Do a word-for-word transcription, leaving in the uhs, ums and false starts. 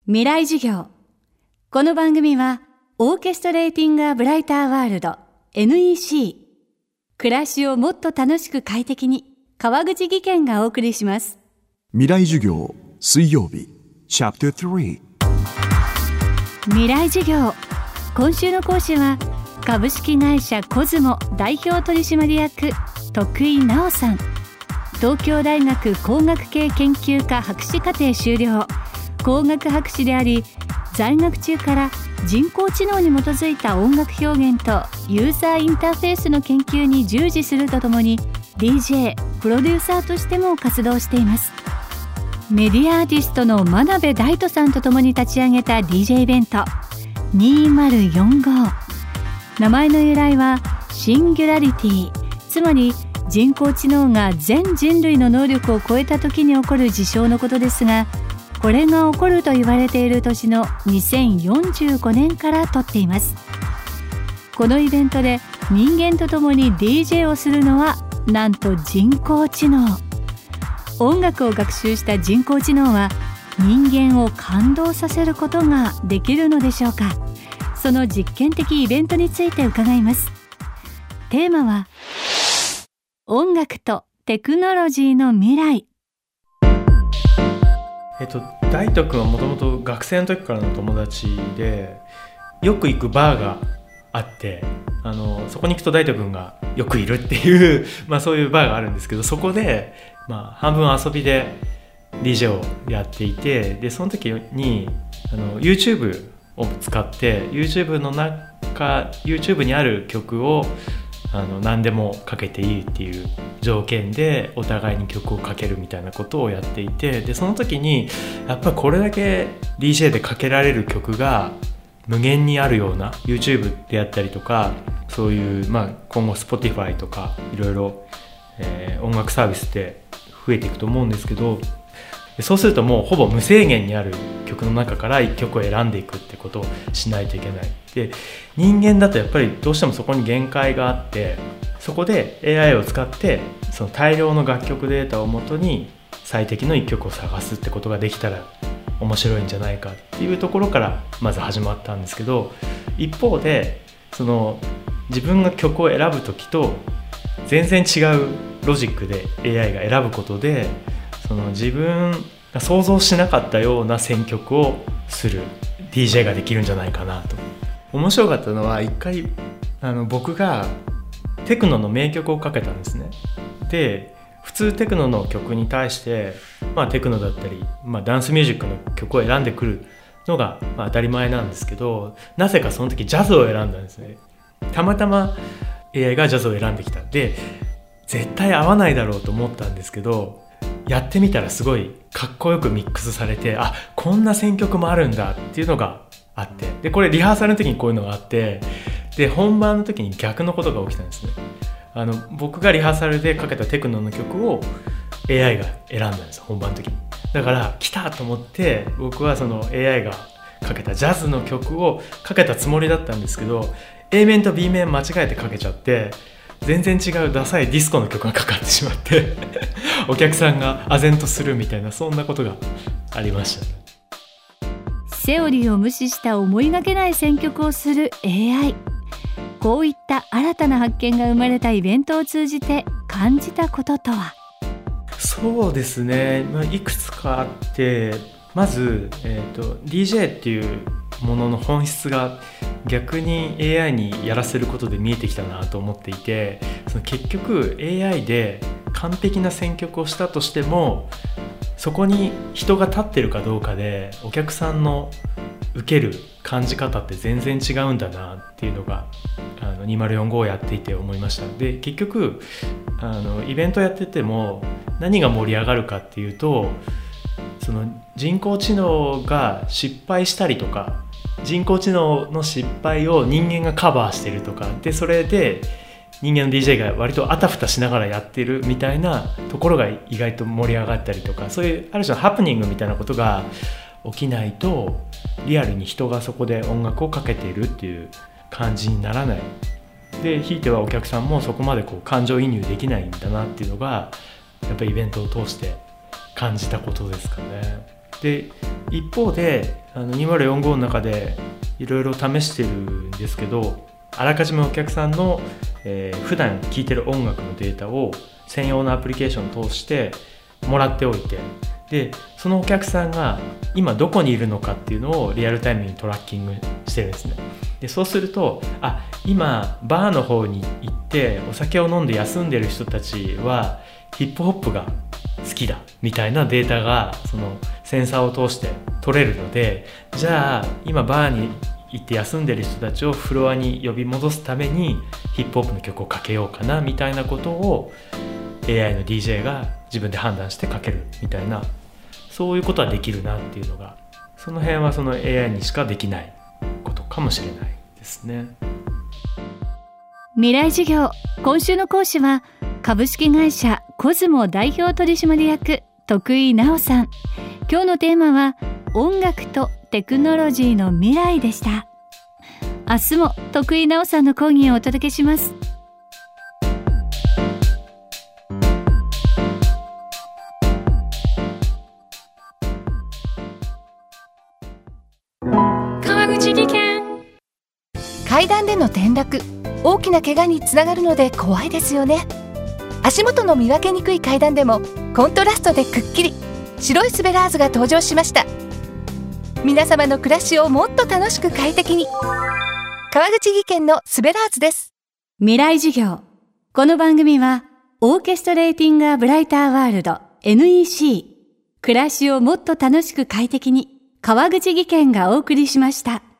未来授業。この番組はオーケストレーティング・ア・ブライター・ワールド エヌイーシー 暮らしをもっと楽しく快適に川口義賢がお送りします。 未来授業水曜日チャプタースリー未来授業。今週の講師は株式会社コズモ代表取締役徳井直さん。東京大学工学系研究科博士課程修了、工学博士であり、在学中から人工知能に基づいた音楽表現とユーザーインターフェースの研究に従事するとともに ディージェー、プロデューサーとしても活動しています。メディアアーティストの真鍋大斗さんとともに立ち上げた ディージェー イベントにせんよんじゅうご。名前の由来はシンギュラリティ、つまり人工知能が全人類の能力を超えた時に起こる事象のことですが、これが起こると言われている年のにせんよんじゅうごねんからとっています。このイベントで人間とともに ディージェー をするのはなんと人工知能。音楽を学習した人工知能は人間を感動させることができるのでしょうか。その実験的イベントについて伺います。テーマは音楽とテクノロジーの未来。 えっと、大斗くんはもともと学生の時からの友達で、よく行くバーがあって、あのそこに行くと大斗くんがよくいるっていうまあそういうバーがあるんですけど、そこで、まあ、半分遊びで ディージェー をやっていて、でその時にあの YouTube を使って YouTube の中 YouTube にある曲をあの何でもかけていいっていう条件でお互いに曲をかけるみたいなことをやっていて、でその時にやっぱりこれだけ ディージェー でかけられる曲が無限にあるような YouTube であったりとか、そういう、まあ、今後 Spotify とかいろいろ、えー、音楽サービスって増えていくと思うんですけど、そうするともうほぼ無制限にある曲の中からいっきょくを選んでいくってことをしないといけない。で人間だとやっぱりどうしてもそこに限界があって、そこで エーアイ を使ってその大量の楽曲データをもとに最適のいっきょくを探すってことができたら面白いんじゃないかっていうところからまず始まったんですけど、一方でその自分が曲を選ぶ時と全然違うロジックで エーアイ が選ぶことで、その自分が想像しなかったような選曲をする ディージェー ができるんじゃないかなと。面白かったのは一回あの僕がテクノの名曲をかけたんですね。で普通テクノの曲に対して、まあ、テクノだったり、まあ、ダンスミュージックの曲を選んでくるのが、まあ、当たり前なんですけど、なぜかその時ジャズを選んだんですね。たまたま エーアイ がジャズを選んできた。で絶対合わないだろうと思ったんですけど、やってみたらすごいかっこよくミックスされて、あ、こんな選曲もあるんだっていうのがあって、でこれリハーサルの時にこういうのがあって、で本番の時に逆のことが起きたんですね。あの僕がリハーサルでかけたテクノの曲を エーアイ が選んだんです、本番の時に。だから来たと思って僕はその エーアイ がかけたジャズの曲をかけたつもりだったんですけど、 A 面と B 面間違えてかけちゃって、全然違うダサいディスコの曲がかかってしまってお客さんが唖然とするみたいな、そんなことがありましたね。 セオリーを無視した思いがけない選曲をする エーアイ。 こういった新たな発見が生まれたイベントを通じて感じたこととは。 そうですね、まあ、いくつかあって、まず、えーと、ディージェー っていうものの本質が逆に エーアイ にやらせることで見えてきたなと思っていて、その結局 エーアイ で完璧な選曲をしたとしても、そこに人が立ってるかどうかでお客さんの受ける感じ方って全然違うんだなっていうのがあのにせんよんじゅうごをやっていて思いました。で結局あのイベントやってても何が盛り上がるかっていうと、その人工知能が失敗したりとか、人工知能の失敗を人間がカバーしてるとかで、それで人間の ディージェー が割とあたふたしながらやってるみたいなところが意外と盛り上がったりとか、そういうある種のハプニングみたいなことが起きないと、リアルに人がそこで音楽をかけているっていう感じにならない。でひいてはお客さんもそこまでこう感情移入できないんだなっていうのがやっぱりイベントを通して感じたことですかね。で一方であのにせんよんじゅうごの中でいろいろ試してるんですけど、あらかじめお客さんの、えー、普段聴いてる音楽のデータを専用のアプリケーションを通してもらっておいて、でそのお客さんが今どこにいるのかっていうのをリアルタイムにトラッキングしてるんですね。でそうすると、あ、今バーの方に行ってお酒を飲んで休んでる人たちはヒップホップが好きだみたいなデータがそのセンサーを通して取れるので、じゃあ今バーに行って休んでる人たちをフロアに呼び戻すためにヒップホップの曲をかけようかなみたいなことを エーアイ の ディージェー が自分で判断してかけるみたいな、そういうことはできるなっていうのが、その辺はその エーアイ にしかできないことかもしれないですね。 未来授業、今週の講師は株式会社コズモ代表取締役徳井直さん。今日のテーマは音楽とテクノロジーの未来でした。明日も徳井直さんの講義をお届けします。 川口技研。階段での転落、大きな怪我につながるので怖いですよね。足元の見分けにくい階段でもコントラストでくっきり白いスベラーズが登場しました。皆様の暮らしをもっと楽しく快適に、川口技研のスベラーズです。 未来授業、この番組はオーケストレーティングアブライターワールド エヌイーシー、 暮らしをもっと楽しく快適に、川口技研がお送りしました。